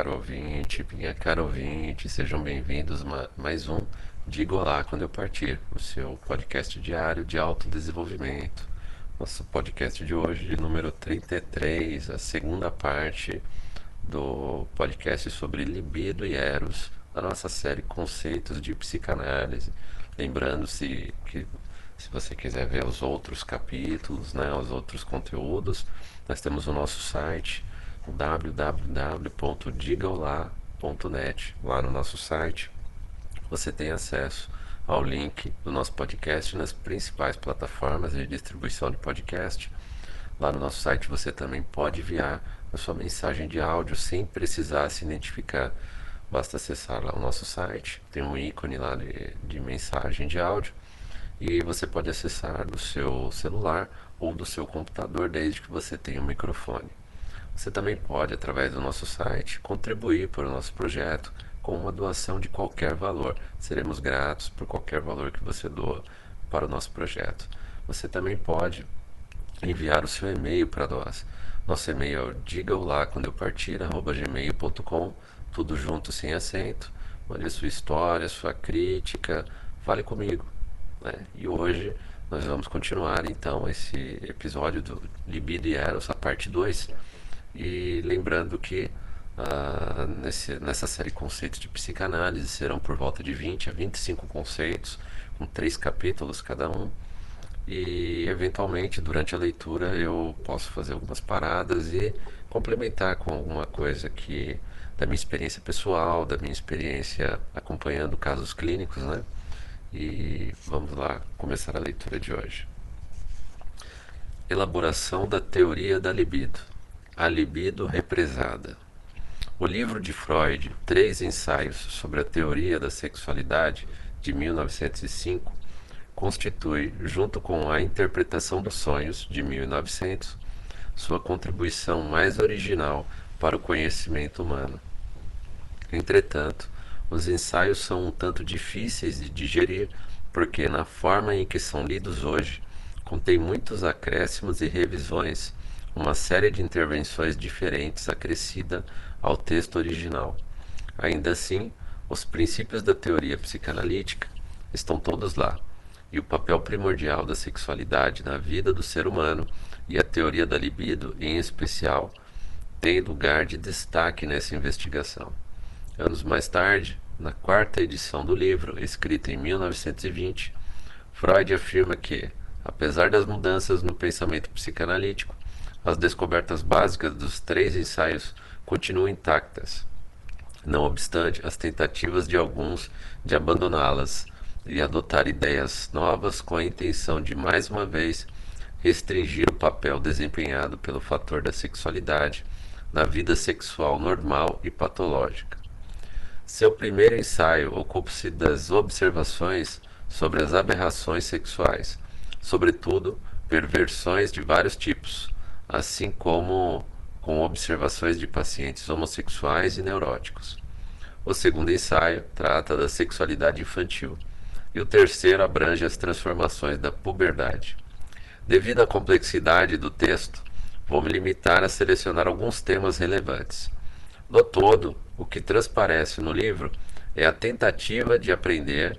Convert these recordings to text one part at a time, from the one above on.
caro ouvinte, minha cara ouvinte, sejam bem-vindos a mais um Diga Olá Quando Eu Partir, o seu podcast diário de autodesenvolvimento. Nosso podcast de hoje, de número 33, a segunda parte do podcast sobre libido e eros, da nossa série Conceitos de Psicanálise. Lembrando-se que se você quiser ver os outros capítulos, né, os outros conteúdos, nós temos o nosso site www.digaolá.net. Lá no nosso site você tem acesso ao link do nosso podcast nas principais plataformas de distribuição de podcast. Lá no nosso site você também pode enviar a sua mensagem de áudio sem precisar se identificar. Basta acessar lá o nosso site, tem um ícone lá de mensagem de áudio e você pode acessar do seu celular ou do seu computador desde que você tenha um microfone. Você também pode, através do nosso site, contribuir para o nosso projeto com uma doação de qualquer valor. Seremos gratos por qualquer valor que você doa para o nosso projeto. Você também pode enviar o seu e-mail para nós. Nosso e-mail é o digaolá@gmail.com, tudo junto sem acento. Mande sua história, sua crítica, fale comigo, né? E hoje nós vamos continuar então esse episódio do Libido e Eros, a parte 2. E lembrando que nessa série Conceitos de Psicanálise serão por volta de 20 a 25 conceitos, com 3 capítulos cada um. E eventualmente durante a leitura eu posso fazer algumas paradas e complementar com alguma coisa que da minha experiência pessoal, da minha experiência acompanhando casos clínicos, né? E vamos lá começar a leitura de hoje. Elaboração da teoria da libido. A libido represada. O livro de Freud, Três Ensaios sobre a Teoria da Sexualidade, de 1905, constitui, junto com A Interpretação dos Sonhos, de 1900, sua contribuição mais original para o conhecimento humano. Entretanto, os ensaios são um tanto difíceis de digerir, porque, na forma em que são lidos hoje, contém muitos acréscimos e revisões, uma série de intervenções diferentes acrescida ao texto original. Ainda assim, os princípios da teoria psicanalítica estão todos lá, e o papel primordial da sexualidade na vida do ser humano e a teoria da libido, em especial, tem lugar de destaque nessa investigação. Anos mais tarde, na quarta edição do livro, escrita em 1920, Freud afirma que, apesar das mudanças no pensamento psicanalítico, as descobertas básicas dos 3 ensaios continuam intactas, não obstante as tentativas de alguns de abandoná-las e adotar ideias novas com a intenção de, mais uma vez, restringir o papel desempenhado pelo fator da sexualidade na vida sexual normal e patológica. Seu primeiro ensaio ocupa-se das observações sobre as aberrações sexuais, sobretudo perversões de vários tipos, assim como com observações de pacientes homossexuais e neuróticos. O segundo ensaio trata da sexualidade infantil, e o terceiro abrange as transformações da puberdade. Devido à complexidade do texto, vou me limitar a selecionar alguns temas relevantes. No todo, o que transparece no livro é a tentativa de apreender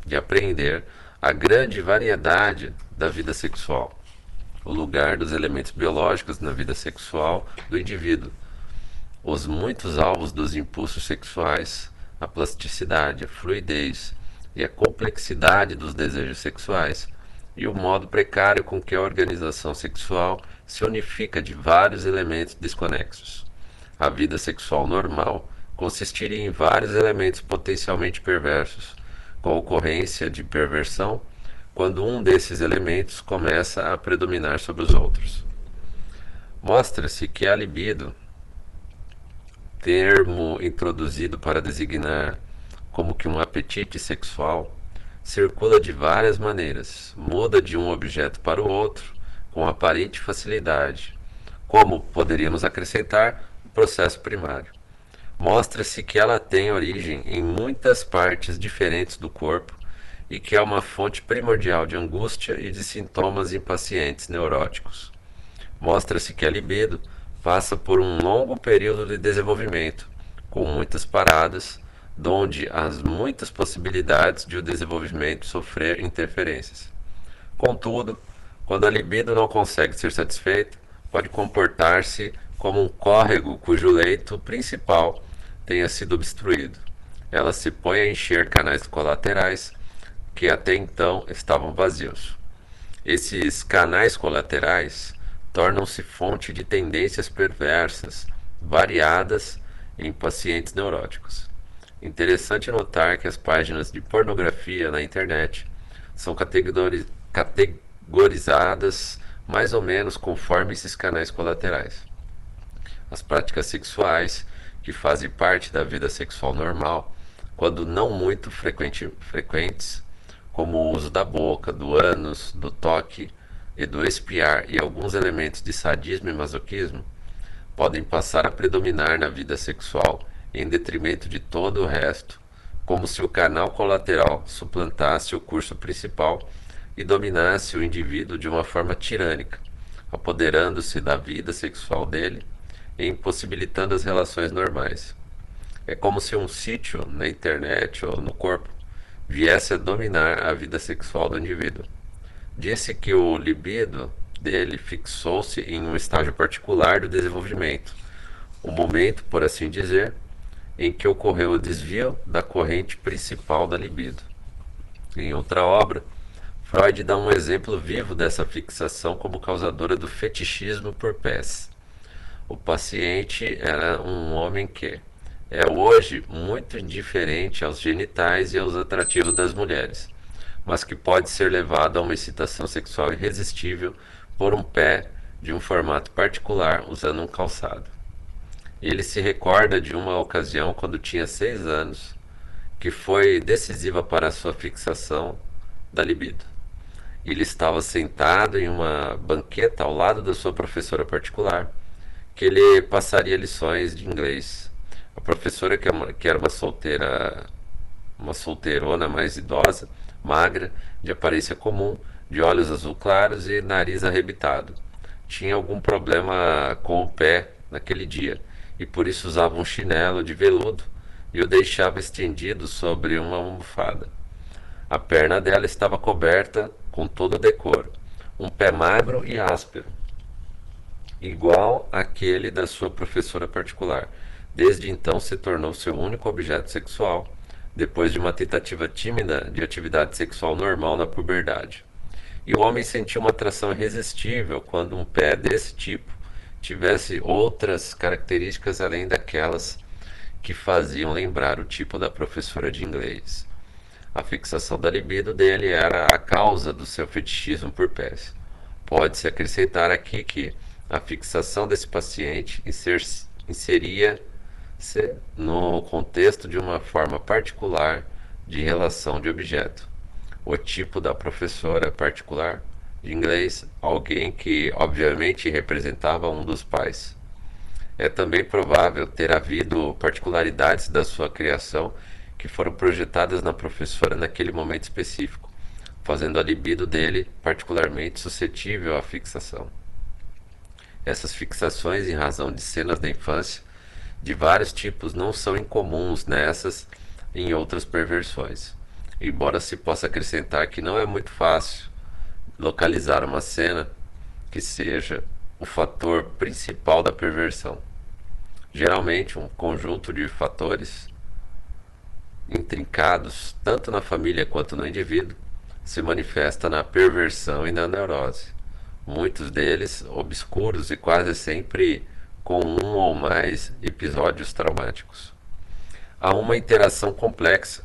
a grande variedade da vida sexual, o lugar dos elementos biológicos na vida sexual do indivíduo, os muitos alvos dos impulsos sexuais, a plasticidade, a fluidez e a complexidade dos desejos sexuais, e o modo precário com que a organização sexual se unifica de vários elementos desconexos. A vida sexual normal consistiria em vários elementos potencialmente perversos, com a ocorrência de perversão quando um desses elementos começa a predominar sobre os outros. Mostra-se que a libido, termo introduzido para designar como que um apetite sexual, circula de várias maneiras, muda de um objeto para o outro com aparente facilidade, como poderíamos acrescentar o processo primário. Mostra-se que ela tem origem em muitas partes diferentes do corpo e que é uma fonte primordial de angústia e de sintomas em pacientes neuróticos. Mostra-se que a libido passa por um longo período de desenvolvimento, com muitas paradas, donde as muitas possibilidades de o desenvolvimento sofrer interferências. Contudo, quando a libido não consegue ser satisfeita, pode comportar-se como um córrego cujo leito principal tenha sido obstruído. Ela se põe a encher canais colaterais que até então estavam vazios. Esses canais colaterais tornam-se fonte de tendências perversas, variadas em pacientes neuróticos. Interessante notar que as páginas de pornografia na internet são categorizadas mais ou menos conforme esses canais colaterais. As práticas sexuais, que fazem parte da vida sexual normal, quando não muito frequentes, como o uso da boca, do ânus, do toque e do espiar e alguns elementos de sadismo e masoquismo, podem passar a predominar na vida sexual em detrimento de todo o resto, como se o canal colateral suplantasse o curso principal e dominasse o indivíduo de uma forma tirânica, apoderando-se da vida sexual dele e impossibilitando as relações normais. É como se um sítio na internet ou no corpo viesse a dominar a vida sexual do indivíduo. Disse que o libido dele fixou-se em um estágio particular do desenvolvimento, o momento, por assim dizer, em que ocorreu o desvio da corrente principal da libido. Em outra obra, Freud dá um exemplo vivo dessa fixação como causadora do fetichismo por pés. O paciente era um homem que é hoje muito indiferente aos genitais e aos atrativos das mulheres, mas que pode ser levado a uma excitação sexual irresistível por um pé de um formato particular usando um calçado. Ele se recorda de uma ocasião quando tinha 6 anos, que foi decisiva para a sua fixação da libido. Ele estava sentado em uma banqueta ao lado da sua professora particular, que ele passaria lições de inglês. A professora, que era uma solteirona mais idosa, magra, de aparência comum, de olhos azul claros e nariz arrebitado, tinha algum problema com o pé naquele dia, e por isso usava um chinelo de veludo e o deixava estendido sobre uma almofada. A perna dela estava coberta com todo o decoro, um pé magro e áspero, igual àquele da sua professora particular. Desde então se tornou seu único objeto sexual, depois de uma tentativa tímida de atividade sexual normal na puberdade. E o homem sentiu uma atração irresistível quando um pé desse tipo tivesse outras características além daquelas que faziam lembrar o tipo da professora de inglês. A fixação da libido dele era a causa do seu fetichismo por pés. Pode-se acrescentar aqui que a fixação desse paciente inseria-se no contexto de uma forma particular de relação de objeto. O tipo da professora particular de inglês, alguém que obviamente representava um dos pais. É também provável ter havido particularidades da sua criação que foram projetadas na professora naquele momento específico, fazendo a libido dele particularmente suscetível à fixação. Essas fixações, em razão de cenas da infância de vários tipos, não são incomuns nessas e em outras perversões, embora se possa acrescentar que não é muito fácil localizar uma cena que seja o fator principal da perversão. Geralmente, um conjunto de fatores intrincados, tanto na família quanto no indivíduo, se manifesta na perversão e na neurose, muitos deles obscuros e quase sempre com um ou mais episódios traumáticos. Há uma interação complexa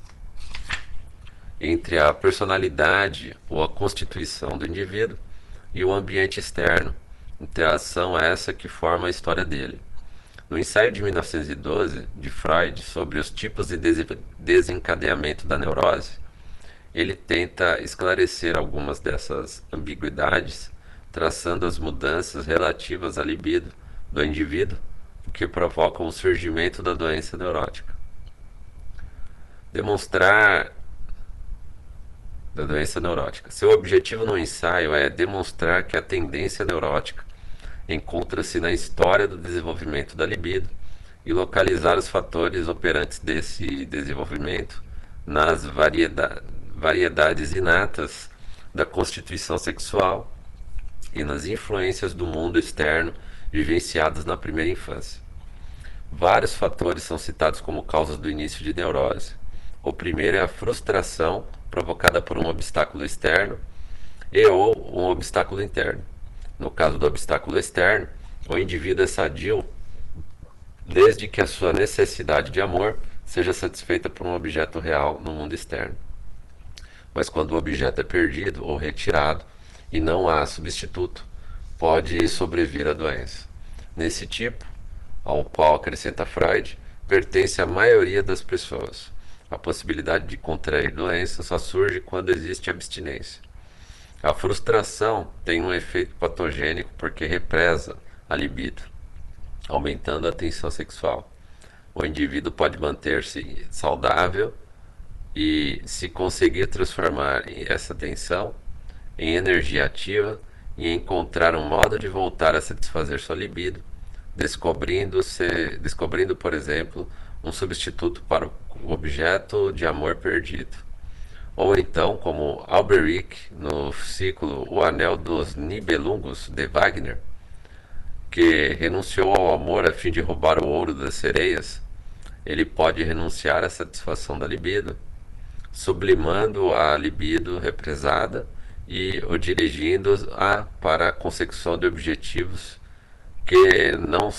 entre a personalidade ou a constituição do indivíduo e o ambiente externo, interação essa que forma a história dele. No ensaio de 1912 de Freud sobre os tipos de desencadeamento da neurose, ele tenta esclarecer algumas dessas ambiguidades, traçando as mudanças relativas à libido do indivíduo que provocam o surgimento da doença neurótica. Demonstrar da doença neurótica. Seu objetivo no ensaio é demonstrar que a tendência neurótica encontra-se na história do desenvolvimento da libido e localizar os fatores operantes desse desenvolvimento nas variedades inatas da constituição sexual e nas influências do mundo externo vivenciadas na primeira infância. Vários fatores são citados como causas do início de neurose. O primeiro é a frustração provocada por um obstáculo externo e ou um obstáculo interno. No caso do obstáculo externo, o indivíduo é sadio desde que a sua necessidade de amor seja satisfeita por um objeto real no mundo externo. Mas quando o objeto é perdido ou retirado e não há substituto, pode sobrevir a doença. Nesse tipo, ao qual acrescenta Freud, pertence à maioria das pessoas. A possibilidade de contrair doença só surge quando existe abstinência. A frustração tem um efeito patogênico porque represa a libido, aumentando a tensão sexual. O indivíduo pode manter-se saudável e, se conseguir transformar essa tensão em energia ativa e encontrar um modo de voltar a satisfazer sua libido, descobrindo, por exemplo, um substituto para o objeto de amor perdido. Ou então, como Alberic, no ciclo O Anel dos Nibelungos, de Wagner, que renunciou ao amor a fim de roubar o ouro das sereias, ele pode renunciar à satisfação da libido, sublimando a libido represada e o dirigindo para a consecução de objetivos que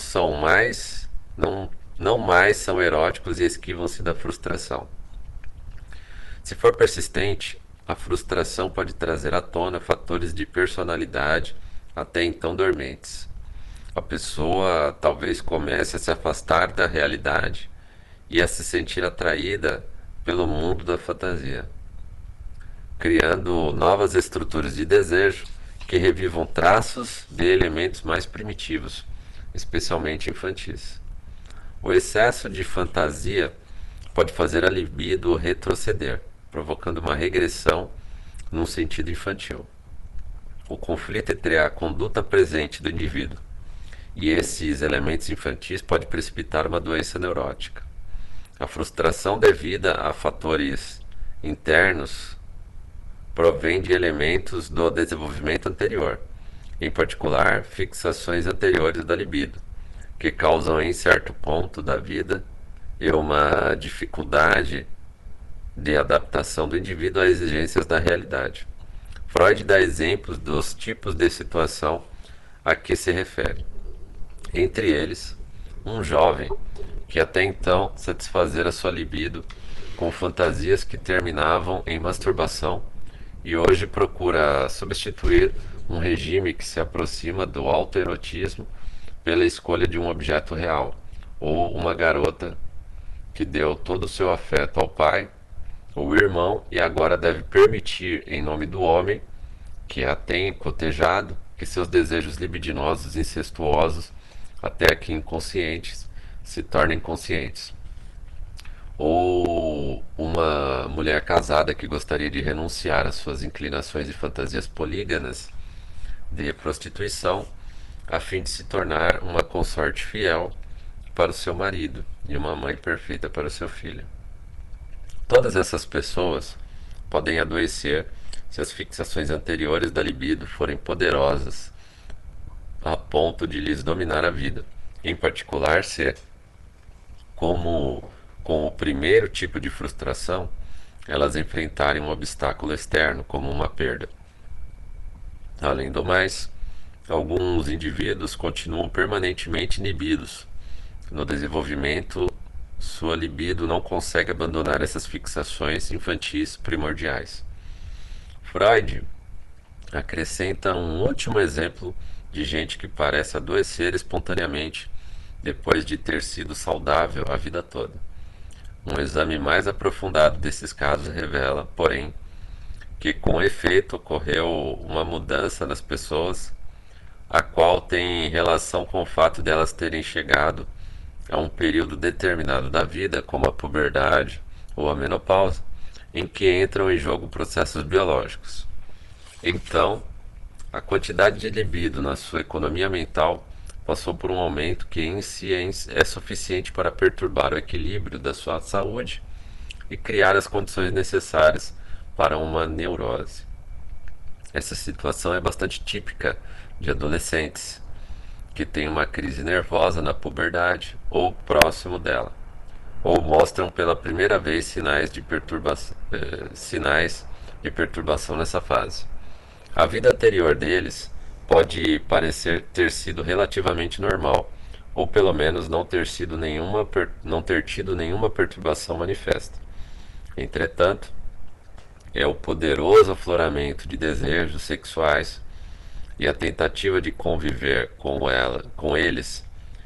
não mais são eróticos e esquivam-se da frustração. Se for persistente, a frustração pode trazer à tona fatores de personalidade até então dormentes. A pessoa talvez comece a se afastar da realidade e a se sentir atraída pelo mundo da fantasia, criando novas estruturas de desejo que revivam traços de elementos mais primitivos, especialmente infantis. O excesso de fantasia pode fazer a libido retroceder, provocando uma regressão num sentido infantil. O conflito entre a conduta presente do indivíduo e esses elementos infantis pode precipitar uma doença neurótica. A frustração devida a fatores internos provém de elementos do desenvolvimento anterior, em particular fixações anteriores da libido, que causam em certo ponto da vida e uma dificuldade de adaptação do indivíduo às exigências da realidade. Freud dá exemplos dos tipos de situação a que se refere. Entre eles, um jovem que até então satisfazera sua libido com fantasias que terminavam em masturbação e hoje procura substituir um regime que se aproxima do autoerotismo pela escolha de um objeto real, ou uma garota que deu todo o seu afeto ao pai ou irmão e agora deve permitir, em nome do homem que a tem cotejado, que seus desejos libidinosos e incestuosos, até aqui inconscientes, se tornem conscientes. Ou uma mulher casada que gostaria de renunciar às suas inclinações e fantasias polígamas de prostituição, a fim de se tornar uma consorte fiel para o seu marido e uma mãe perfeita para o seu filho. Todas essas pessoas podem adoecer se as fixações anteriores da libido forem poderosas a ponto de lhes dominar a vida, em particular se, como com o primeiro tipo de frustração, elas enfrentarem um obstáculo externo, como uma perda. Além do mais, alguns indivíduos continuam permanentemente inibidos. No desenvolvimento, sua libido não consegue abandonar essas fixações infantis primordiais. Freud acrescenta um último exemplo de gente que parece adoecer espontaneamente depois de ter sido saudável a vida toda. Um exame mais aprofundado desses casos revela, porém, que com efeito ocorreu uma mudança nas pessoas, a qual tem relação com o fato delas terem chegado a um período determinado da vida, como a puberdade ou a menopausa, em que entram em jogo processos biológicos. Então, a quantidade de libido na sua economia mental passou por um aumento que em si é suficiente para perturbar o equilíbrio da sua saúde e criar as condições necessárias para uma neurose. Essa situação é bastante típica de adolescentes que têm uma crise nervosa na puberdade ou próximo dela, ou mostram pela primeira vez sinais de perturbação nessa fase. A vida anterior deles pode parecer ter sido relativamente normal, ou pelo menos não ter tido nenhuma perturbação manifesta. Entretanto, é o poderoso afloramento de desejos sexuais e a tentativa de conviver com eles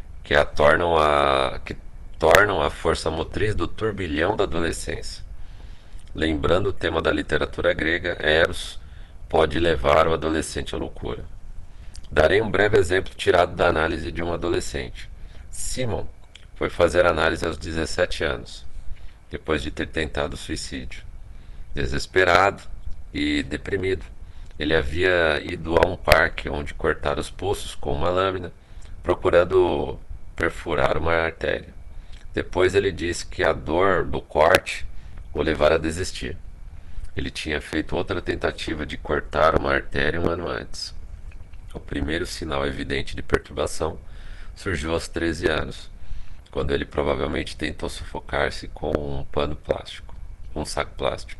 que tornam a força motriz do turbilhão da adolescência. Lembrando o tema da literatura grega, Eros pode levar o adolescente à loucura. Darei um breve exemplo tirado da análise de um adolescente. Simon foi fazer análise aos 17 anos, depois de ter tentado suicídio. Desesperado e deprimido, ele havia ido a um parque onde cortar os pulsos com uma lâmina, procurando perfurar uma artéria. Depois ele disse que a dor do corte o levara a desistir. Ele tinha feito outra tentativa de cortar uma artéria um ano antes. O primeiro sinal evidente de perturbação surgiu aos 13 anos, quando ele provavelmente tentou sufocar-se com um saco plástico.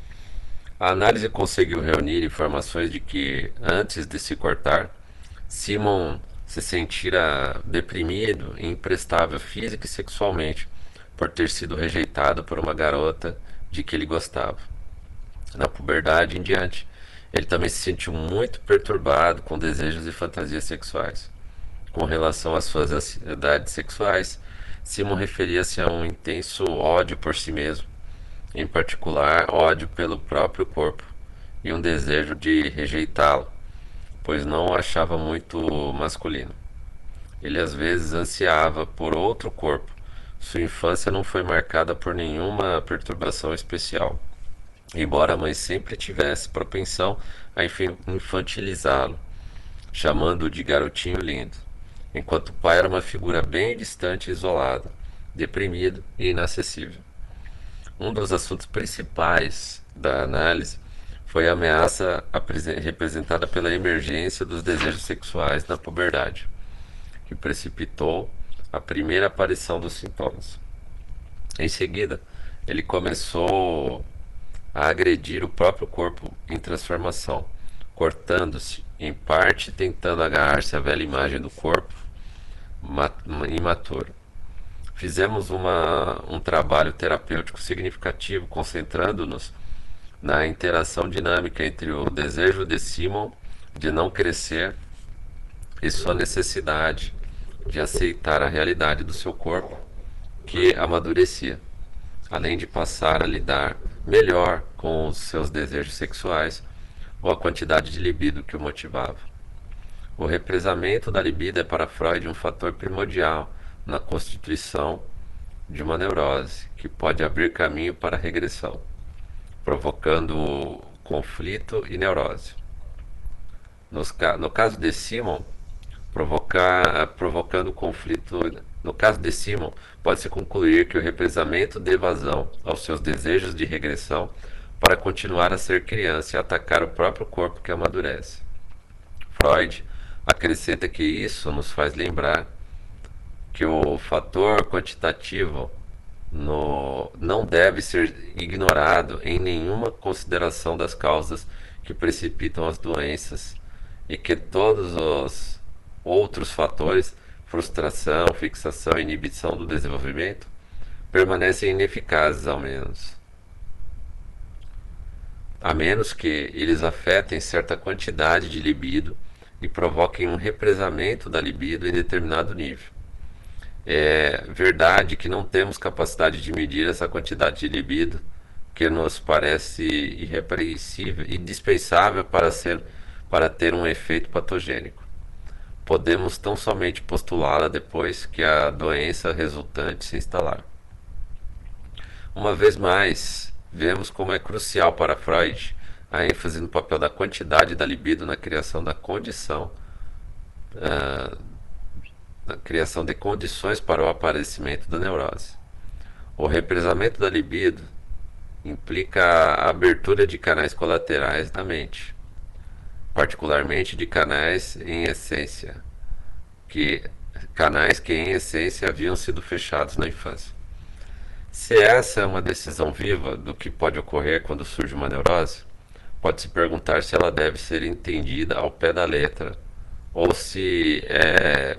A análise conseguiu reunir informações de que, antes de se cortar, Simon se sentira deprimido e imprestável física e sexualmente por ter sido rejeitado por uma garota de que ele gostava. Na puberdade em diante, ele também se sentiu muito perturbado com desejos e fantasias sexuais. Com relação às suas ansiedades sexuais, Simon referia-se a um intenso ódio por si mesmo, em particular ódio pelo próprio corpo, e um desejo de rejeitá-lo, pois não o achava muito masculino. Ele às vezes ansiava por outro corpo. Sua infância não foi marcada por nenhuma perturbação especial, embora a mãe sempre tivesse propensão a infantilizá-lo, chamando-o de garotinho lindo, enquanto o pai era uma figura bem distante e isolada, deprimido e inacessível. Um dos assuntos principais da análise foi a ameaça representada pela emergência dos desejos sexuais na puberdade, que precipitou a primeira aparição dos sintomas. Em seguida, ele começou a agredir o próprio corpo em transformação, cortando-se, em parte tentando agarrar-se à velha imagem do corpo imaturo. Fizemos um trabalho terapêutico significativo, concentrando-nos na interação dinâmica entre o desejo de Simon de não crescer e sua necessidade de aceitar a realidade do seu corpo, que amadurecia, além de passar a lidar melhor com os seus desejos sexuais ou a quantidade de libido que o motivava. O represamento da libido é para Freud um fator primordial na constituição de uma neurose, que pode abrir caminho para a regressão, provocando conflito e neurose. No caso de Simon, provocando conflito. No caso de Simon, pode-se concluir que o represamento de evasão aos seus desejos de regressão para continuar a ser criança e atacar o próprio corpo que amadurece. Freud acrescenta que isso nos faz lembrar que o fator quantitativo não deve ser ignorado em nenhuma consideração das causas que precipitam as doenças e que todos os outros fatores, frustração, fixação e inibição do desenvolvimento, permanecem ineficazes a menos que eles afetem certa quantidade de libido e provoquem um represamento da libido em determinado nível. É verdade que não temos capacidade de medir essa quantidade de libido, que nos parece irrepreensível e indispensável para ter um efeito patogênico. Podemos tão somente postulá-la depois que a doença resultante se instalar. Uma vez mais, vemos como é crucial para Freud a ênfase no papel da quantidade da libido na criação da condição na criação de condições para o aparecimento da neurose. O represamento da libido implica a abertura de canais colaterais da mente, particularmente de que canais que em essência haviam sido fechados na infância. Se essa é uma decisão viva do que pode ocorrer quando surge uma neurose, pode-se perguntar se ela deve ser entendida ao pé da letra ou se é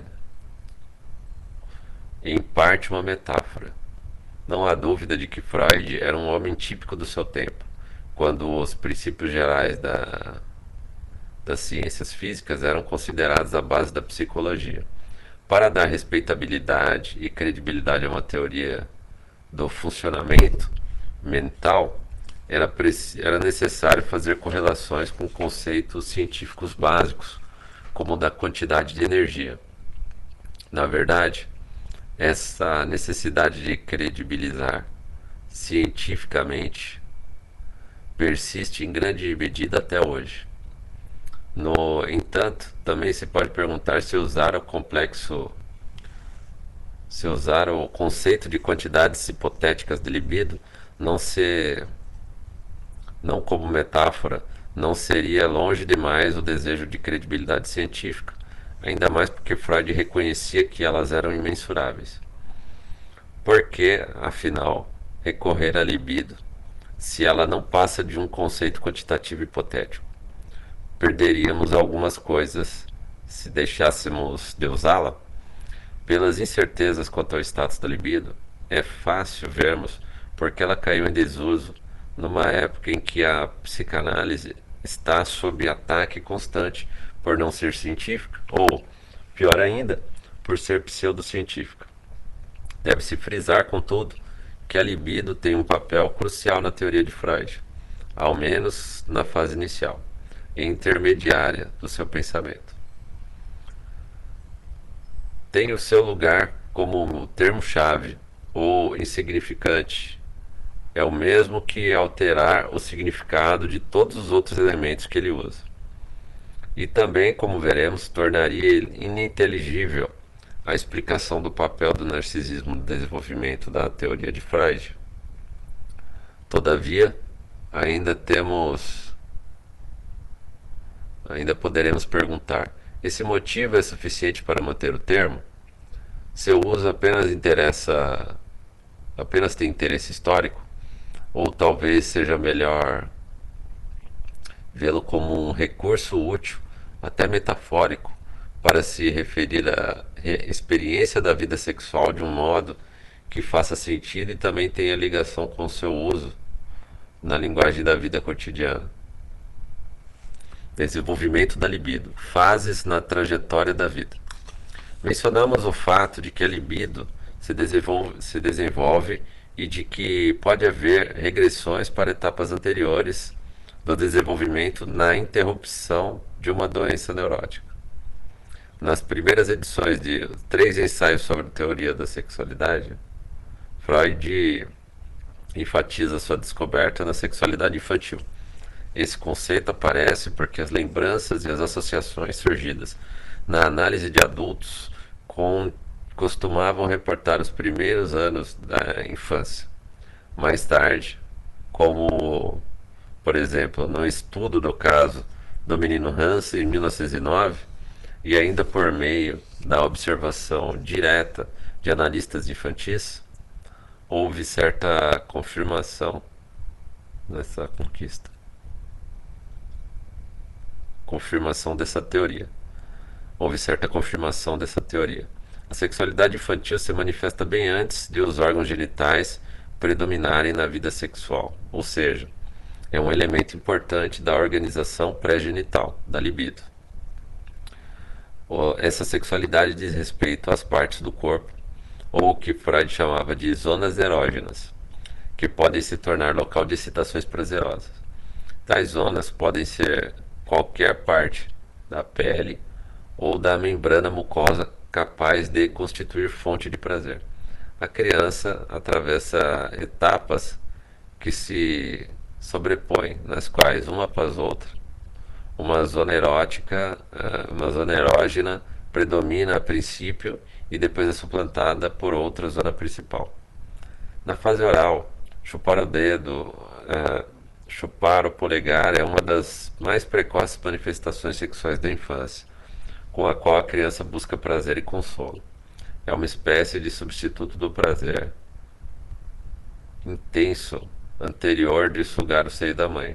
em parte uma metáfora. Não há dúvida de que Freud era um homem típico do seu tempo, quando os princípios gerais das ciências físicas eram considerados a base da psicologia. Para dar respeitabilidade e credibilidade a uma teoria do funcionamento mental, era necessário fazer correlações com conceitos científicos básicos, como o da quantidade de energia. Na verdade, essa necessidade de credibilizar cientificamente persiste em grande medida até hoje. No entanto, também se pode perguntar se usar o conceito de quantidades hipotéticas de libido não ser não como metáfora, não seria longe demais o desejo de credibilidade científica, ainda mais porque Freud reconhecia que elas eram imensuráveis. Por que, afinal, recorrer à libido se ela não passa de um conceito quantitativo hipotético? Perderíamos algumas coisas se deixássemos de usá-la? Pelas incertezas quanto ao status da libido, é fácil vermos porque ela caiu em desuso numa época em que a psicanálise está sob ataque constante por não ser científica, ou, pior ainda, por ser pseudocientífica. Deve-se frisar, contudo, que a libido tem um papel crucial na teoria de Freud, ao menos na fase inicial e intermediária do seu pensamento. Tem o seu lugar como termo-chave ou insignificante. É o mesmo que alterar o significado de todos os outros elementos que ele usa. E também, como veremos, tornaria ininteligível a explicação do papel do narcisismo no desenvolvimento da teoria de Freud. Todavia, ainda poderemos perguntar: esse motivo é suficiente para manter o termo? Seu uso apenas tem interesse histórico? Ou talvez seja melhor vê-lo como um recurso útil, até metafórico, para se referir à experiência da vida sexual de um modo que faça sentido e também tenha ligação com seu uso na linguagem da vida cotidiana. Desenvolvimento da libido. Fases na trajetória da vida. Mencionamos o fato de que a libido se desenvolve e de que pode haver regressões para etapas anteriores do desenvolvimento na interrupção de uma doença neurótica. Nas primeiras edições de 3 ensaios sobre a teoria da sexualidade, Freud enfatiza sua descoberta na sexualidade infantil. Esse conceito aparece porque as lembranças e as associações surgidas na análise de adultos costumavam reportar os primeiros anos da infância. Mais tarde, como, por exemplo, no estudo do caso do menino Hans em 1909, e ainda por meio da observação direta de analistas infantis, houve certa confirmação nessa confirmação dessa teoria. Houve certa confirmação dessa teoria. A sexualidade infantil se manifesta bem antes de os órgãos genitais predominarem na vida sexual, ou seja, é um elemento importante da organização pré-genital, da libido. Essa sexualidade diz respeito às partes do corpo, ou o que Freud chamava de zonas erógenas, que podem se tornar local de excitações prazerosas. Tais zonas podem ser qualquer parte da pele ou da membrana mucosa capaz de constituir fonte de prazer. A criança atravessa etapas que se sobrepõem, nas quais, uma após outra, uma zona erógena predomina a princípio e depois é suplantada por outra zona principal. Na fase oral, chupar o dedo, chupar o polegar é uma das mais precoces manifestações sexuais da infância, com a qual a criança busca prazer e consolo. É uma espécie de substituto do prazer intenso anterior de sugar o seio da mãe.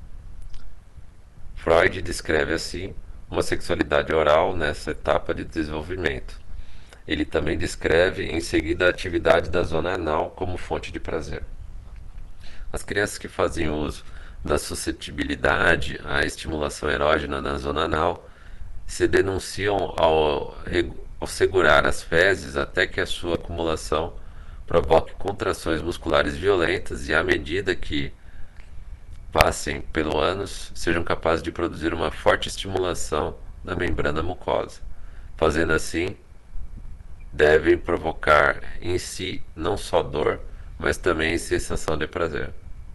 Freud descreve assim uma sexualidade oral nessa etapa de desenvolvimento. Ele também descreve em seguida a atividade da zona anal como fonte de prazer. As crianças que fazem uso da suscetibilidade à estimulação erógena na zona anal se denunciam ao segurar as fezes até que a sua acumulação provoque contrações musculares violentas e, à medida que passem pelo ânus, sejam capazes de produzir uma forte estimulação da membrana mucosa. Fazendo assim, devem provocar em si não só dor, mas também sensação de prazer.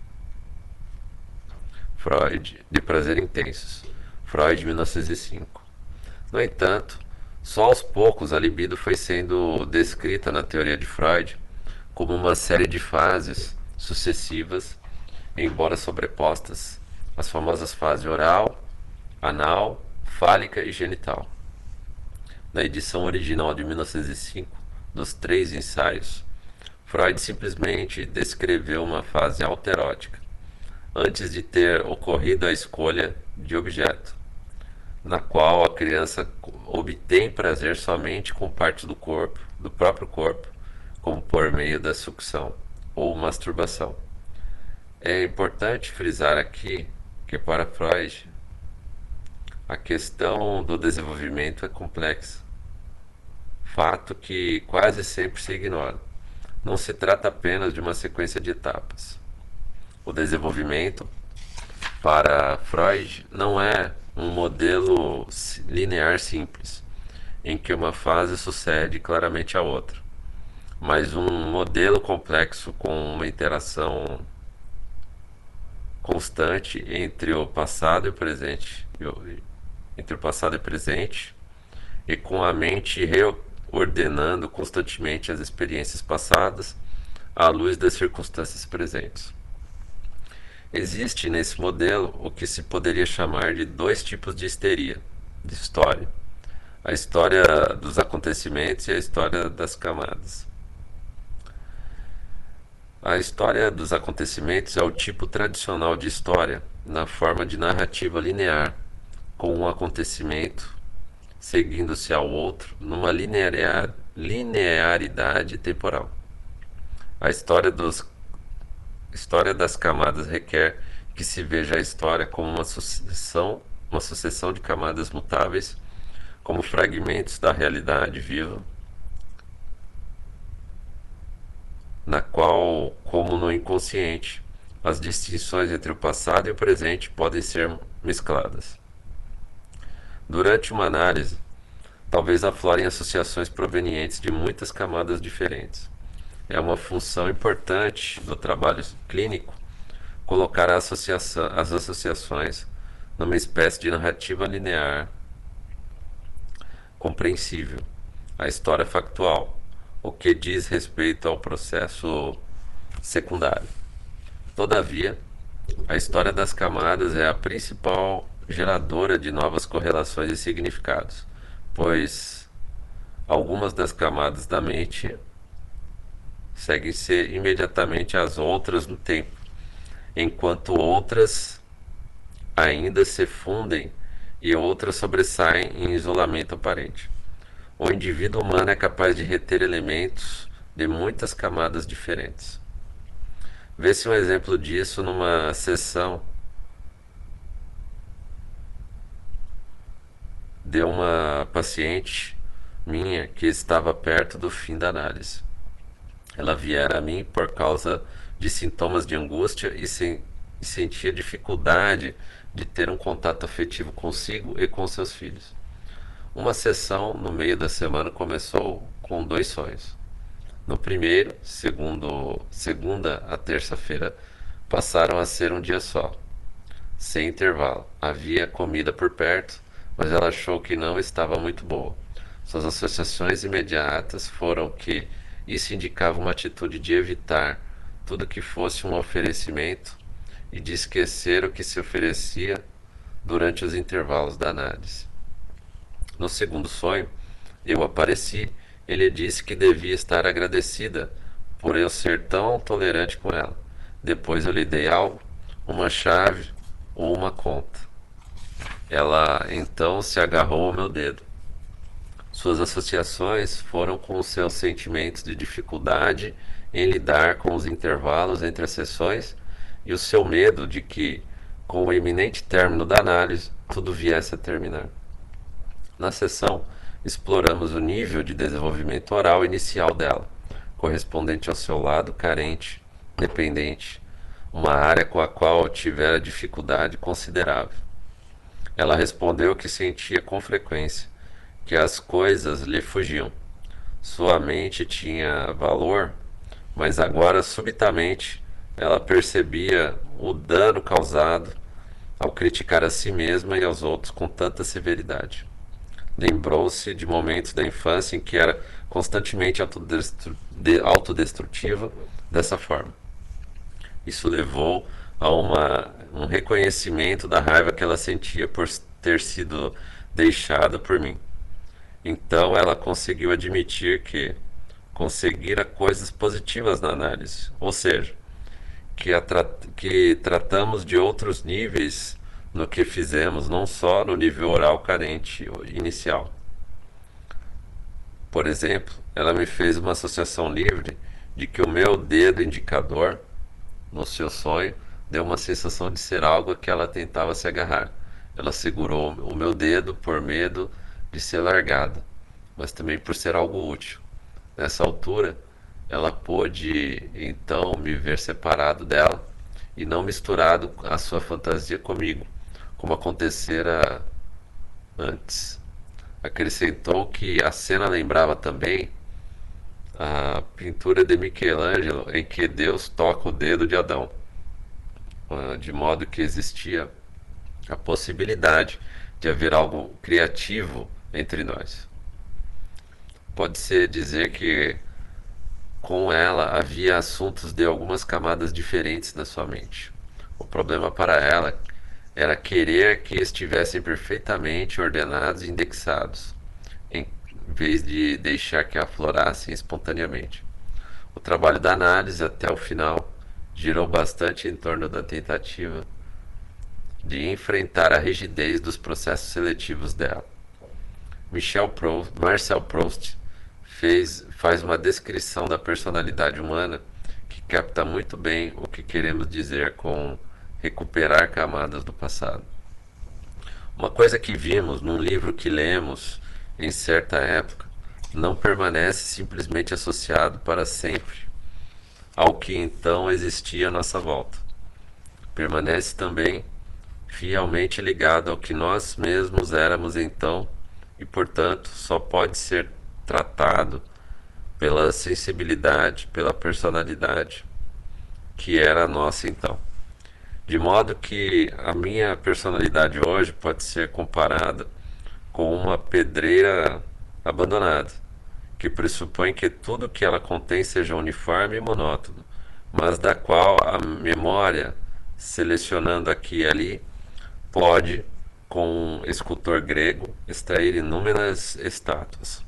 Freud, de prazer intensos. Freud, 1905. No entanto, só aos poucos a libido foi sendo descrita na teoria de Freud como uma série de fases sucessivas, embora sobrepostas, as famosas fases oral, anal, fálica e genital. Na edição original de 1905, dos 3 ensaios, Freud simplesmente descreveu uma fase autoerótica, antes de ter ocorrido a escolha de objeto, na qual a criança obtém prazer somente com partes do próprio corpo, como por meio da sucção ou masturbação. É importante frisar aqui que para Freud a questão do desenvolvimento é complexa, fato que quase sempre se ignora. Não se trata apenas de uma sequência de etapas. O desenvolvimento, para Freud, não é um modelo linear simples, em que uma fase sucede claramente à outra, mas um modelo complexo com uma interação constante entre o passado e o presente, e com a mente reordenando constantemente as experiências passadas à luz das circunstâncias presentes. Existe nesse modelo o que se poderia chamar de 2 tipos de história. A história dos acontecimentos e a história das camadas. A história dos acontecimentos é o tipo tradicional de história, na forma de narrativa linear, com um acontecimento seguindo-se ao outro numa linearidade temporal. A história das camadas requer que se veja a história como uma sucessão de camadas mutáveis, como fragmentos da realidade viva, na qual, como no inconsciente, as distinções entre o passado e o presente podem ser mescladas. Durante uma análise, talvez aflorem associações provenientes de muitas camadas diferentes. É uma função importante do trabalho clínico colocar as associações numa espécie de narrativa linear compreensível, a história factual, o que diz respeito ao processo secundário. Todavia, a história das camadas é a principal geradora de novas correlações e significados, pois algumas das camadas da mente seguem-se imediatamente às outras no tempo, enquanto outras ainda se fundem e outras sobressaem em isolamento aparente. O indivíduo humano é capaz de reter elementos de muitas camadas diferentes. Vê-se um exemplo disso numa sessão de uma paciente minha que estava perto do fim da análise. Ela viera a mim por causa de sintomas de angústia e sentia dificuldade de ter um contato afetivo consigo e com seus filhos. Uma sessão no meio da semana começou com 2 sonhos. No primeiro, segunda a terça-feira, passaram a ser um dia só, sem intervalo. Havia comida por perto, mas ela achou que não estava muito boa. Suas associações imediatas foram que isso indicava uma atitude de evitar tudo que fosse um oferecimento e de esquecer o que se oferecia durante os intervalos da análise. No segundo sonho, eu apareci. Ele disse que devia estar agradecida por eu ser tão tolerante com ela. Depois eu lhe dei algo, uma chave ou uma conta. Ela então se agarrou ao meu dedo. Suas associações foram com os seus sentimentos de dificuldade em lidar com os intervalos entre as sessões e o seu medo de que, com o iminente término da análise, tudo viesse a terminar. Na sessão, exploramos o nível de desenvolvimento oral inicial dela, correspondente ao seu lado carente, dependente, uma área com a qual tivera dificuldade considerável. Ela respondeu que sentia com frequência que as coisas lhe fugiam. Sua mente tinha valor, mas agora, subitamente, ela percebia o dano causado ao criticar a si mesma e aos outros com tanta severidade. Lembrou-se de momentos da infância em que era constantemente autodestrutiva dessa forma. Isso levou a um reconhecimento da raiva que ela sentia por ter sido deixada por mim. Então ela conseguiu admitir que conseguira coisas positivas na análise, ou seja, que tratamos de outros níveis no que fizemos, não só no nível oral carente inicial. Por exemplo, ela me fez uma associação livre de que o meu dedo indicador, no seu sonho, deu uma sensação de ser algo a que ela tentava se agarrar. Ela segurou o meu dedo por medo de ser largada, mas também por ser algo útil. Nessa altura, ela pôde então me ver separado dela e não misturado a sua fantasia comigo, como acontecera antes. Acrescentou que a cena lembrava também a pintura de Michelangelo em que Deus toca o dedo de Adão, de modo que existia a possibilidade de haver algo criativo entre nós. Pode-se dizer que com ela havia assuntos de algumas camadas diferentes na sua mente. O problema para ela era querer que estivessem perfeitamente ordenados e indexados, em vez de deixar que aflorassem espontaneamente. O trabalho da análise até o final girou bastante em torno da tentativa de enfrentar a rigidez dos processos seletivos dela. Marcel Proust faz uma descrição da personalidade humana que capta muito bem o que queremos dizer com recuperar camadas do passado. Uma coisa que vimos num livro que lemos em certa época não permanece simplesmente associado para sempre ao que então existia à nossa volta. Permanece também fielmente ligado ao que nós mesmos éramos então e, portanto, só pode ser tratado pela sensibilidade, pela personalidade que era a nossa então. De modo que a minha personalidade hoje pode ser comparada com uma pedreira abandonada, que pressupõe que tudo que ela contém seja uniforme e monótono, mas da qual a memória, selecionando aqui e ali, pode, com um escultor grego, extrair inúmeras estátuas.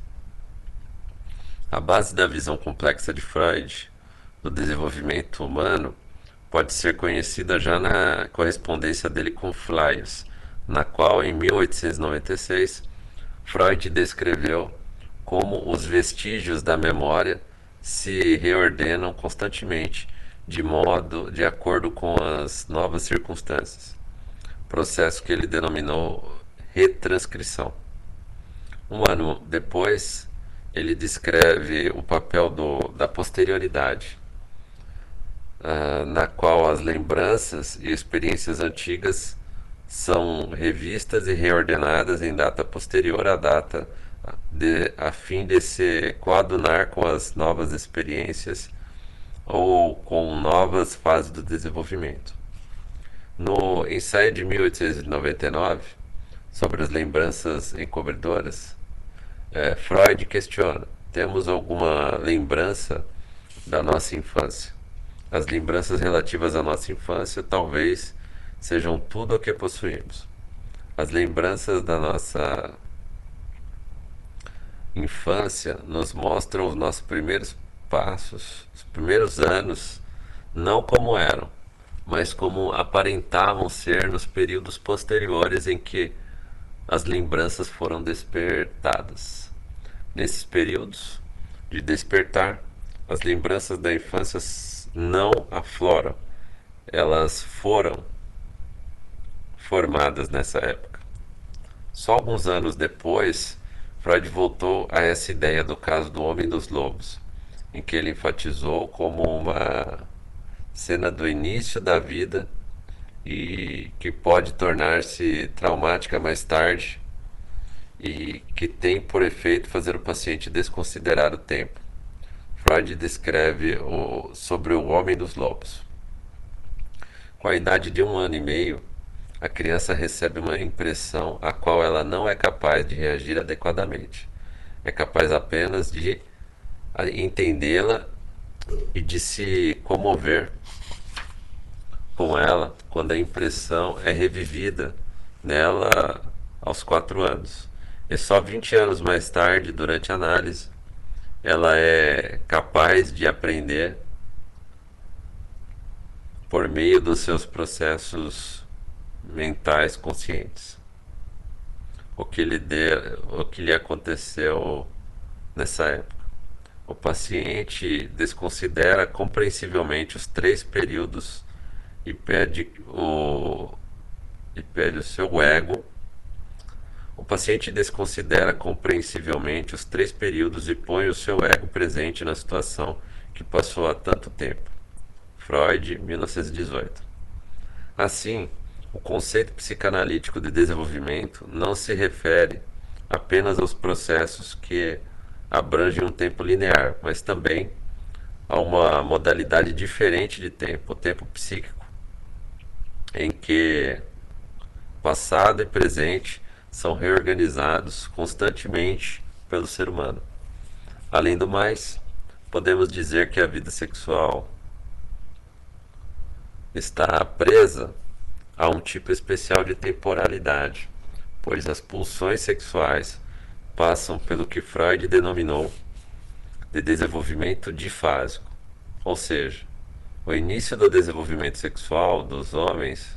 A base da visão complexa de Freud do desenvolvimento humano pode ser conhecida já na correspondência dele com Fliers, na qual, em 1896, Freud descreveu como os vestígios da memória se reordenam constantemente de acordo com as novas circunstâncias, processo que ele denominou retranscrição. Um ano depois, ele descreve o papel da posterioridade, na qual as lembranças e experiências antigas são revistas e reordenadas em data posterior à data a fim de se coadunar com as novas experiências ou com novas fases do desenvolvimento. No ensaio de 1899 sobre as lembranças encobertoras, Freud questiona: temos alguma lembrança da nossa infância? As lembranças relativas à nossa infância talvez sejam tudo o que possuímos. As lembranças da nossa infância nos mostram os nossos primeiros passos, os primeiros anos, não como eram, mas como aparentavam ser nos períodos posteriores em que as lembranças foram despertadas. Nesses períodos de despertar, as lembranças da infância não afloram, elas foram formadas nessa época. Só alguns anos depois, Freud voltou a essa ideia do caso do Homem dos Lobos, em que ele enfatizou como uma cena do início da vida e que pode tornar-se traumática mais tarde e que tem por efeito fazer o paciente desconsiderar o tempo. Freud descreve sobre o Homem dos Lobos. Com a idade de 1 ano e meio, a criança recebe uma impressão a qual ela não é capaz de reagir adequadamente. É capaz apenas de entendê-la e de se comover com ela quando a impressão é revivida nela aos 4 anos. E só 20 anos mais tarde, durante a análise, ela é capaz de aprender por meio dos seus processos mentais conscientes o que lhe aconteceu nessa época. O paciente desconsidera compreensivelmente os 3 períodos e pede o seu ego. O paciente desconsidera compreensivelmente os 3 períodos e põe o seu ego presente na situação que passou há tanto tempo. Freud, 1918. Assim, o conceito psicanalítico de desenvolvimento não se refere apenas aos processos que abrangem um tempo linear, mas também a uma modalidade diferente de tempo, o tempo psíquico, em que passado e presente são reorganizados constantemente pelo ser humano. Além do mais, podemos dizer que a vida sexual está presa a um tipo especial de temporalidade, pois as pulsões sexuais passam pelo que Freud denominou de desenvolvimento difásico, ou seja, o início do desenvolvimento sexual dos homens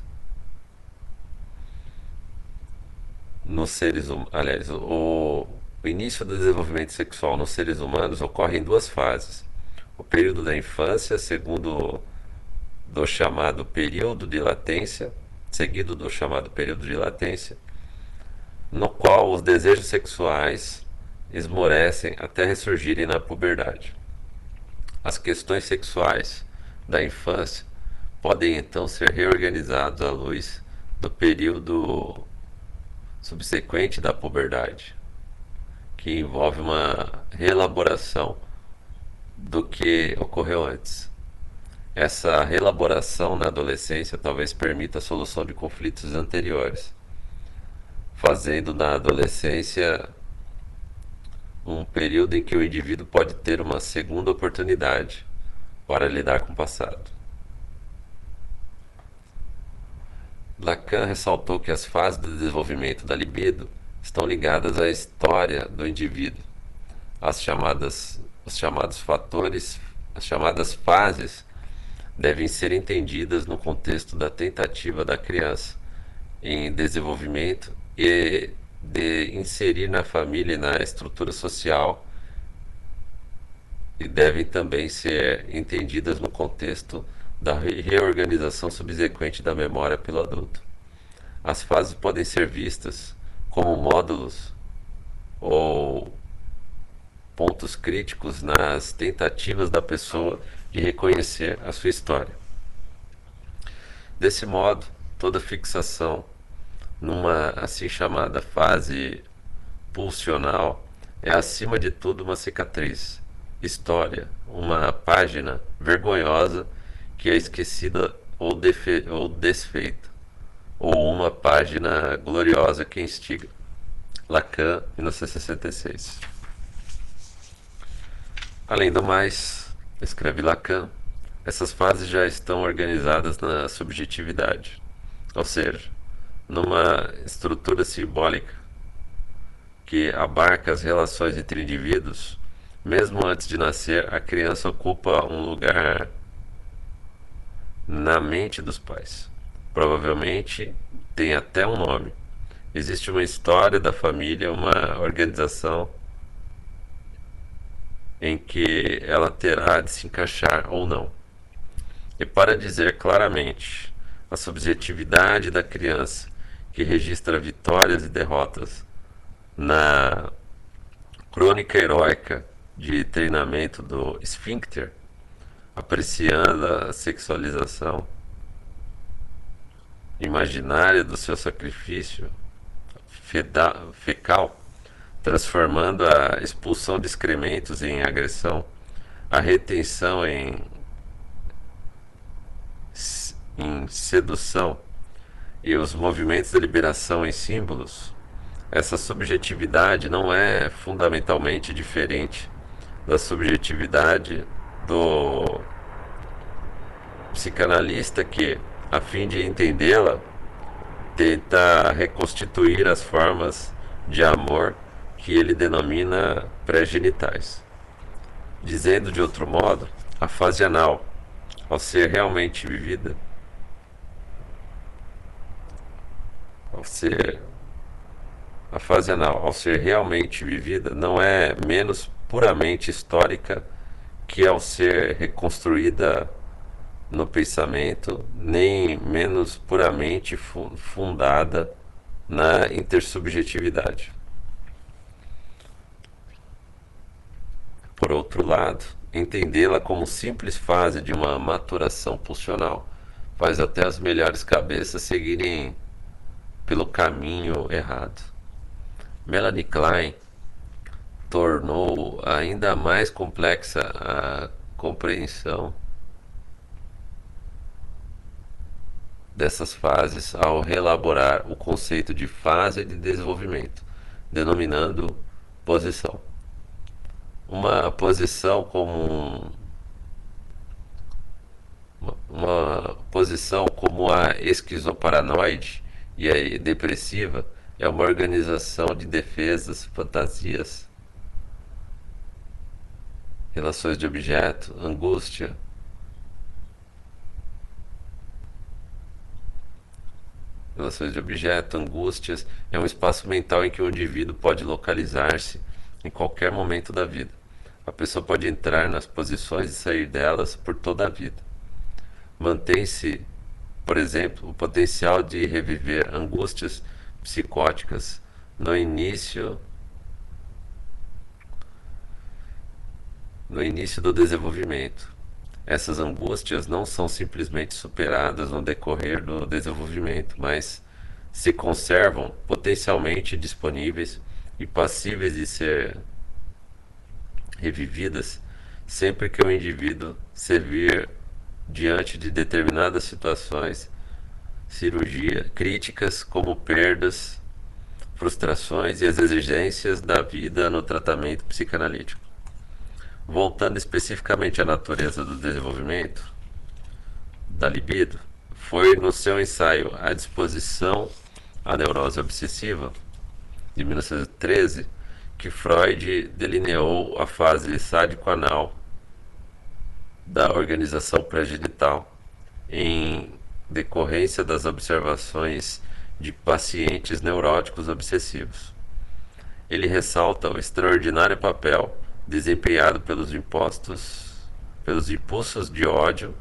nos seres humanos, aliás, o início do desenvolvimento sexual nos seres humanos ocorre em 2 fases: o período da infância, do chamado período de latência, seguido do chamado período de latência, no qual os desejos sexuais esmorecem até ressurgirem na puberdade. As questões sexuais da infância podem então ser reorganizadas à luz do período subsequente da puberdade, que envolve uma reelaboração do que ocorreu antes. Essa reelaboração na adolescência talvez permita a solução de conflitos anteriores, fazendo da adolescência um período em que o indivíduo pode ter uma segunda oportunidade para lidar com o passado. Lacan ressaltou que as fases do desenvolvimento da libido estão ligadas à história do indivíduo. Os chamados fatores, as chamadas fases devem ser entendidas no contexto da tentativa da criança em desenvolvimento e de inserir na família e na estrutura social, e devem também ser entendidas no contexto da reorganização subsequente da memória pelo adulto. As fases podem ser vistas como módulos ou pontos críticos nas tentativas da pessoa de reconhecer a sua história. Desse modo, toda fixação numa assim chamada fase pulsional é acima de tudo uma cicatriz, história, uma página vergonhosa que é esquecida ou desfeita, ou uma página gloriosa que instiga. Lacan, 1966. Além do mais, escreve Lacan, essas fases já estão organizadas na subjetividade, ou seja, numa estrutura simbólica que abarca as relações entre indivíduos. Mesmo antes de nascer, a criança ocupa um lugar na mente dos pais. Provavelmente tem até um nome. Existe uma história da família, uma organização em que ela terá de se encaixar ou não. E para dizer claramente a subjetividade da criança, que registra vitórias e derrotas na crônica heróica de treinamento do esfíncter, apreciando a sexualização imaginária do seu sacrifício fecal, transformando a expulsão de excrementos em agressão, a retenção em sedução e os movimentos de liberação em símbolos. Essa subjetividade não é fundamentalmente diferente da subjetividade do psicanalista que, a fim de entendê-la, tenta reconstituir as formas de amor que ele denomina pré-genitais. Dizendo de outro modo, a fase anal, ao ser realmente vivida, a fase anal, ao ser realmente vivida, não é menos puramente histórica que ao ser reconstruída no pensamento, nem menos puramente fundada na intersubjetividade. Por outro lado, entendê-la como simples fase de uma maturação pulsional faz até as melhores cabeças seguirem pelo caminho errado. Melanie Klein tornou ainda mais complexa a compreensão dessas fases ao reelaborar o conceito de fase de desenvolvimento, denominando posição. Uma posição uma posição como a esquizoparanoide e a depressiva é uma organização de defesas, fantasias, relações de objeto, angústia, angústias, é um espaço mental em que o indivíduo pode localizar-se em qualquer momento da vida. A pessoa pode entrar nas posições e sair delas por toda a vida. Mantém-se, por exemplo, o potencial de reviver angústias psicóticas no início do desenvolvimento. Essas angústias não são simplesmente superadas no decorrer do desenvolvimento, mas se conservam potencialmente disponíveis e passíveis de ser revividas sempre que o indivíduo se vir diante de determinadas situações, cirurgia, críticas como perdas, frustrações e as exigências da vida no tratamento psicanalítico. Voltando especificamente à natureza do desenvolvimento da libido, foi no seu ensaio A Disposição à Neurose Obsessiva, de 1913, que Freud delineou a fase sádico-anal da organização pré-genital em decorrência das observações de pacientes neuróticos obsessivos. Ele ressalta o extraordinário papel desempenhado pelos impulsos de ódio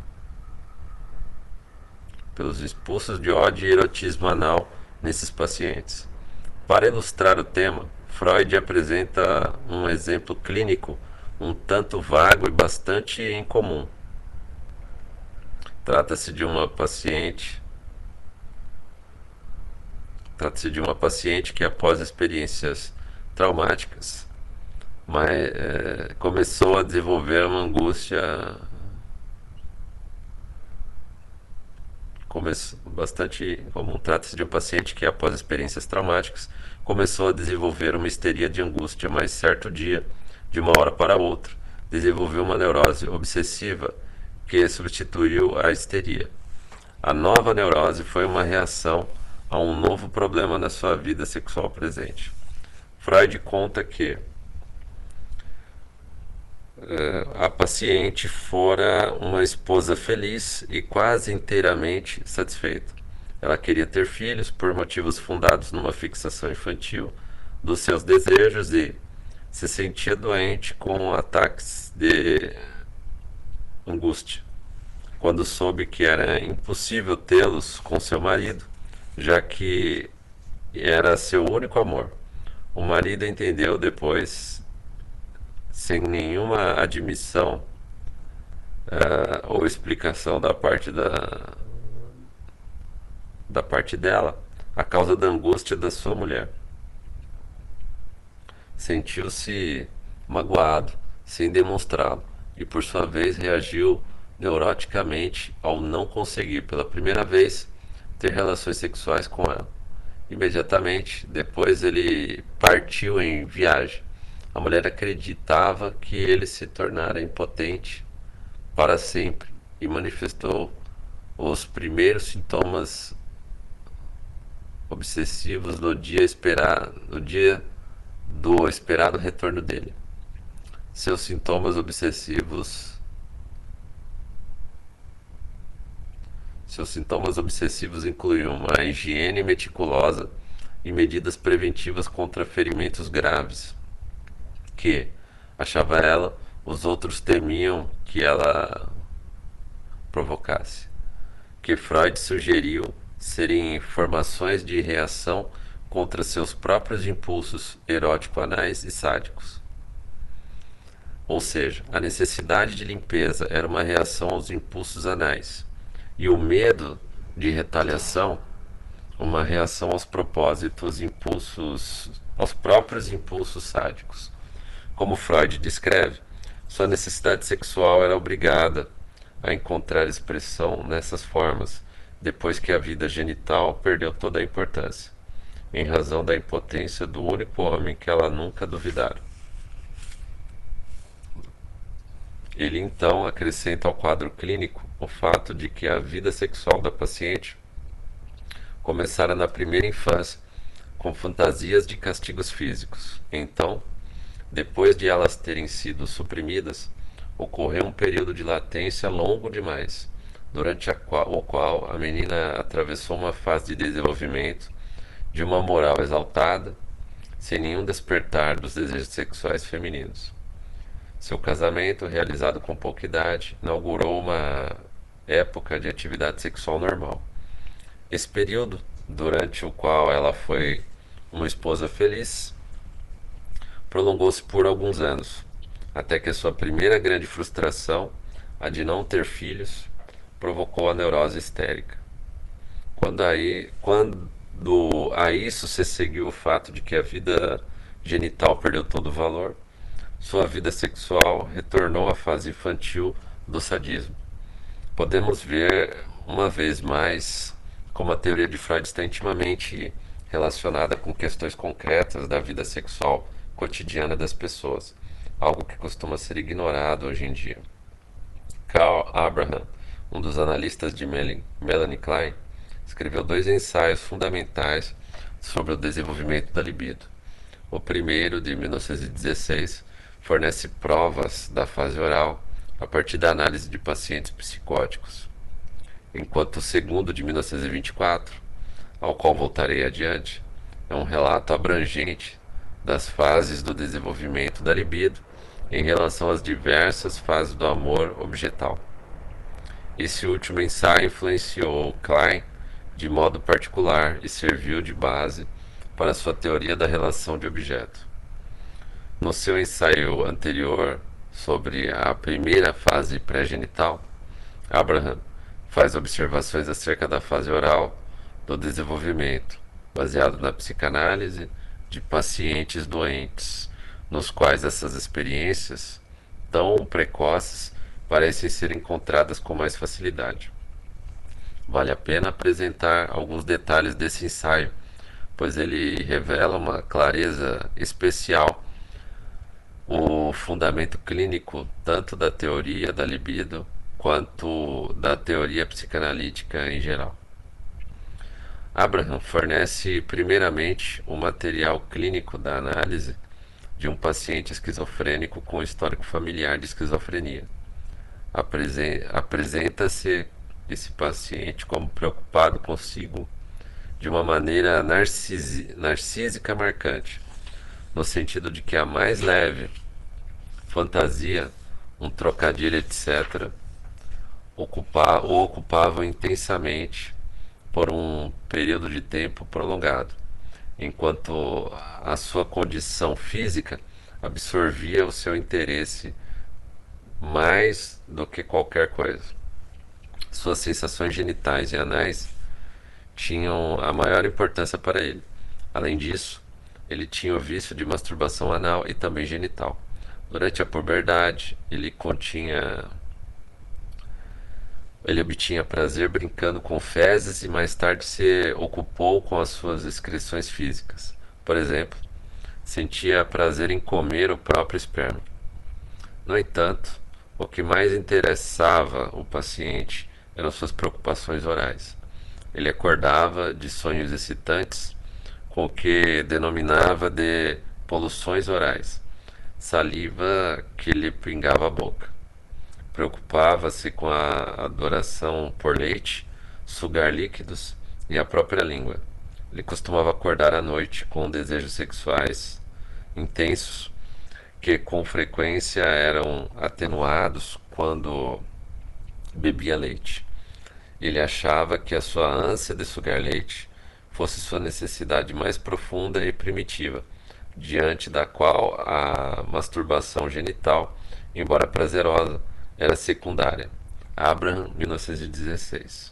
e erotismo anal nesses pacientes. Para ilustrar o tema, Freud apresenta um exemplo clínico um tanto vago e bastante incomum. Trata-se de uma paciente que, após experiências traumáticas, começou a desenvolver uma angústia bastante comum. Trata-se de um paciente que, após experiências traumáticas, começou a desenvolver uma histeria de angústia, mas certo dia, de uma hora para outra, desenvolveu uma neurose obsessiva que substituiu a histeria. A nova neurose foi uma reação a um novo problema na sua vida sexual presente. Freud conta que a paciente fora uma esposa feliz e quase inteiramente satisfeita. Ela queria ter filhos por motivos fundados numa fixação infantil dos seus desejos e se sentia doente com ataques de angústia quando soube que era impossível tê-los com seu marido, já que era seu único amor. O marido entendeu depois, sem nenhuma admissão ou explicação da parte dela, a causa da angústia da sua mulher. Sentiu-se magoado, sem demonstrá-lo, e por sua vez reagiu neuroticamente ao não conseguir pela primeira vez ter relações sexuais com ela. Imediatamente depois ele partiu em viagem. A mulher acreditava que ele se tornara impotente para sempre e manifestou os primeiros sintomas obsessivos no dia do esperado retorno dele. Seus sintomas obsessivos incluíam uma higiene meticulosa e medidas preventivas contra ferimentos graves que, achava ela, os outros temiam que ela provocasse, que Freud sugeriu serem formações de reação contra seus próprios impulsos erótico-anais e sádicos. Ou seja, a necessidade de limpeza era uma reação aos impulsos anais, e o medo de retaliação, uma reação aos aos próprios impulsos sádicos. Como Freud descreve, sua necessidade sexual era obrigada a encontrar expressão nessas formas, depois que a vida genital perdeu toda a importância, em razão da impotência do único homem que ela nunca duvidara. Ele então acrescenta ao quadro clínico o fato de que a vida sexual da paciente começara na primeira infância com fantasias de castigos físicos. Então, depois de elas terem sido suprimidas, ocorreu um período de latência longo demais, durante o qual a menina atravessou uma fase de desenvolvimento de uma moral exaltada, sem nenhum despertar dos desejos sexuais femininos. Seu casamento, realizado com pouca idade, inaugurou uma época de atividade sexual normal. Esse período, durante o qual ela foi uma esposa feliz, prolongou-se por alguns anos, até que a sua primeira grande frustração, a de não ter filhos, provocou a neurose histérica. Quando a isso se seguiu o fato de que a vida genital perdeu todo o valor, sua vida sexual retornou à fase infantil do sadismo. Podemos ver uma vez mais como a teoria de Freud está intimamente relacionada com questões concretas da vida sexual cotidiana das pessoas, algo que costuma ser ignorado hoje em dia. Carl Abraham, um dos analistas de Melanie Klein, escreveu 2 ensaios fundamentais sobre o desenvolvimento da libido. O primeiro, de 1916, fornece provas da fase oral a partir da análise de pacientes psicóticos, enquanto o segundo, de 1924, ao qual voltarei adiante, é um relato abrangente das fases do desenvolvimento da libido em relação às diversas fases do amor objetal. Esse último ensaio influenciou Klein de modo particular e serviu de base para sua teoria da relação de objeto. No seu ensaio anterior sobre a primeira fase pré-genital, Abraham faz observações acerca da fase oral do desenvolvimento, baseado na psicanálise de pacientes doentes, nos quais essas experiências tão precoces parecem ser encontradas com mais facilidade. Vale a pena apresentar alguns detalhes desse ensaio, pois ele revela uma clareza especial o fundamento clínico tanto da teoria da libido quanto da teoria psicanalítica em geral. Abraham fornece primeiramente o material clínico da análise de um paciente esquizofrênico com histórico familiar de esquizofrenia. Apresenta-se esse paciente como preocupado consigo de uma maneira narcísica marcante, no sentido de que a mais leve fantasia, um trocadilho, etc., o ocupavam intensamente por um período de tempo prolongado, enquanto a sua condição física absorvia o seu interesse mais do que qualquer coisa. Suas sensações genitais e anais tinham a maior importância para ele. Além disso, ele tinha o vício de masturbação anal e também genital. Durante a puberdade, ele obtinha prazer brincando com fezes e mais tarde se ocupou com as suas excreções físicas. Por exemplo, sentia prazer em comer o próprio esperma. No entanto, o que mais interessava o paciente eram suas preocupações orais. Ele acordava de sonhos excitantes com o que denominava de poluções orais, saliva que lhe pingava a boca. Preocupava-se com a adoração por leite, sugar líquidos e a própria língua. Ele costumava acordar à noite com desejos sexuais intensos que com frequência eram atenuados quando bebia leite. Ele achava que a sua ânsia de sugar leite fosse sua necessidade mais profunda e primitiva, diante da qual a masturbação genital, embora prazerosa, era secundária. Abraham, 1916.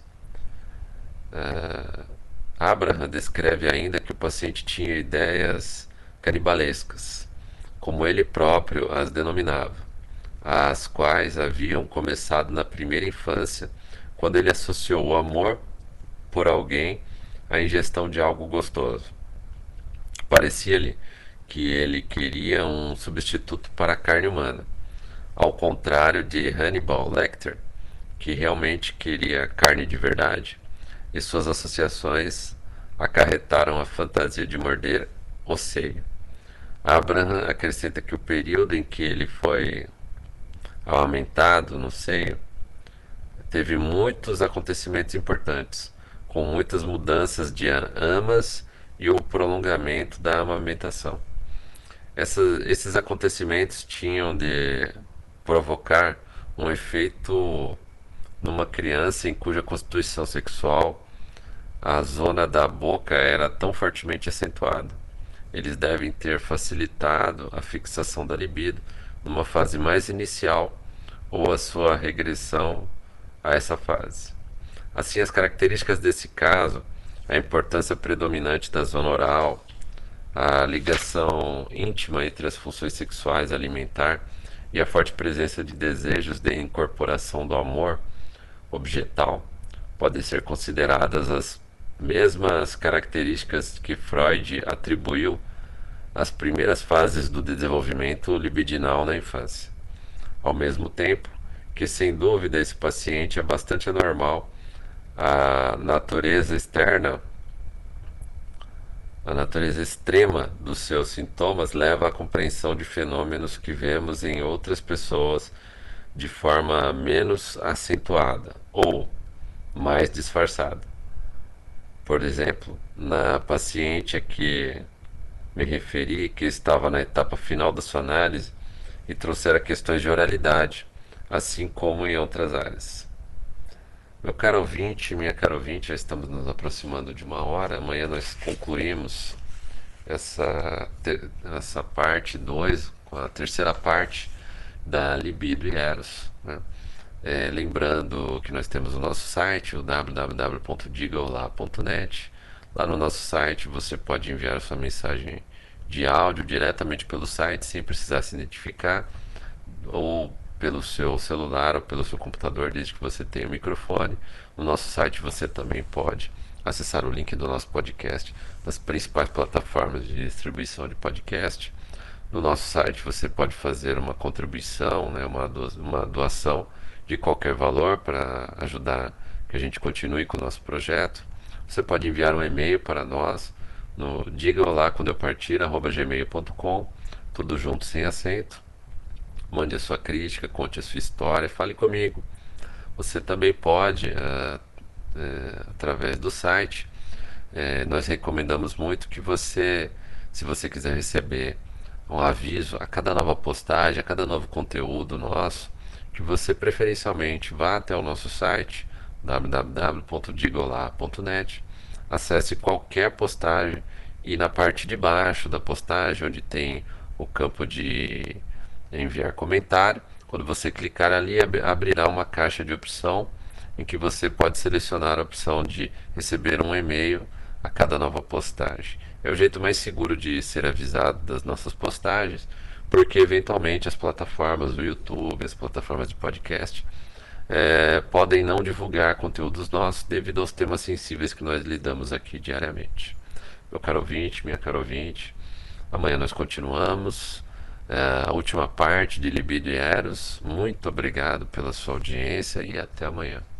Abraham descreve ainda que o paciente tinha ideias canibalescas, como ele próprio as denominava, as quais haviam começado na primeira infância, quando ele associou o amor por alguém à ingestão de algo gostoso. Parecia-lhe que ele queria um substituto para a carne humana, ao contrário de Hannibal Lecter, que realmente queria carne de verdade, e suas associações acarretaram a fantasia de morder o seio. Abraham acrescenta que o período em que ele foi amamentado no seio teve muitos acontecimentos importantes, com muitas mudanças de amas e o prolongamento da amamentação. Esses acontecimentos tinham de provocar um efeito numa criança em cuja constituição sexual a zona da boca era tão fortemente acentuada. Eles devem ter facilitado a fixação da libido numa fase mais inicial ou a sua regressão a essa fase. Assim, as características desse caso, a importância predominante da zona oral, a ligação íntima entre as funções sexuais e alimentar e a forte presença de desejos de incorporação do amor objetal podem ser consideradas as mesmas características que Freud atribuiu às primeiras fases do desenvolvimento libidinal na infância. Ao mesmo tempo que, sem dúvida, esse paciente é bastante anormal, a natureza externa, a natureza extrema dos seus sintomas leva à compreensão de fenômenos que vemos em outras pessoas de forma menos acentuada ou mais disfarçada. Por exemplo, na paciente a que me referi, que estava na etapa final da sua análise e trouxera questões de oralidade, assim como em outras áreas. Meu caro ouvinte, minha cara ouvinte, já estamos nos aproximando de 1 hora. Amanhã nós concluímos essa parte 2, com a terceira parte da libido e eros, né? Lembrando que nós temos o nosso site, o www.digaolá.net. Lá no nosso site você pode enviar a sua mensagem de áudio diretamente pelo site, sem precisar se identificar, ou pelo seu celular ou pelo seu computador, desde que você tenha o microfone. No nosso site você também pode acessar o link do nosso podcast nas principais plataformas de distribuição de podcast. No nosso site você pode fazer uma contribuição, né, uma doação de qualquer valor para ajudar que a gente continue com o nosso projeto. Você pode enviar um e-mail para nós no diga olá quando eu partir @gmail.com, tudo junto sem acento. Mande a sua crítica, conte a sua história, fale comigo. Você também pode, através do site, nós recomendamos muito que você, se você quiser receber um aviso a cada nova postagem, a cada novo conteúdo nosso, que você preferencialmente vá até o nosso site www.digolá.net, acesse qualquer postagem e na parte de baixo da postagem, onde tem o campo de enviar comentário, quando você clicar ali, abrirá uma caixa de opção em que você pode selecionar a opção de receber um e-mail a cada nova postagem. É o jeito mais seguro de ser avisado das nossas postagens, porque eventualmente as plataformas do YouTube, as plataformas de podcast, podem não divulgar conteúdos nossos devido aos temas sensíveis que nós lidamos aqui diariamente. Meu caro ouvinte, minha caro ouvinte, amanhã nós continuamos a última parte de Libido e Eros. Muito obrigado pela sua audiência e até amanhã.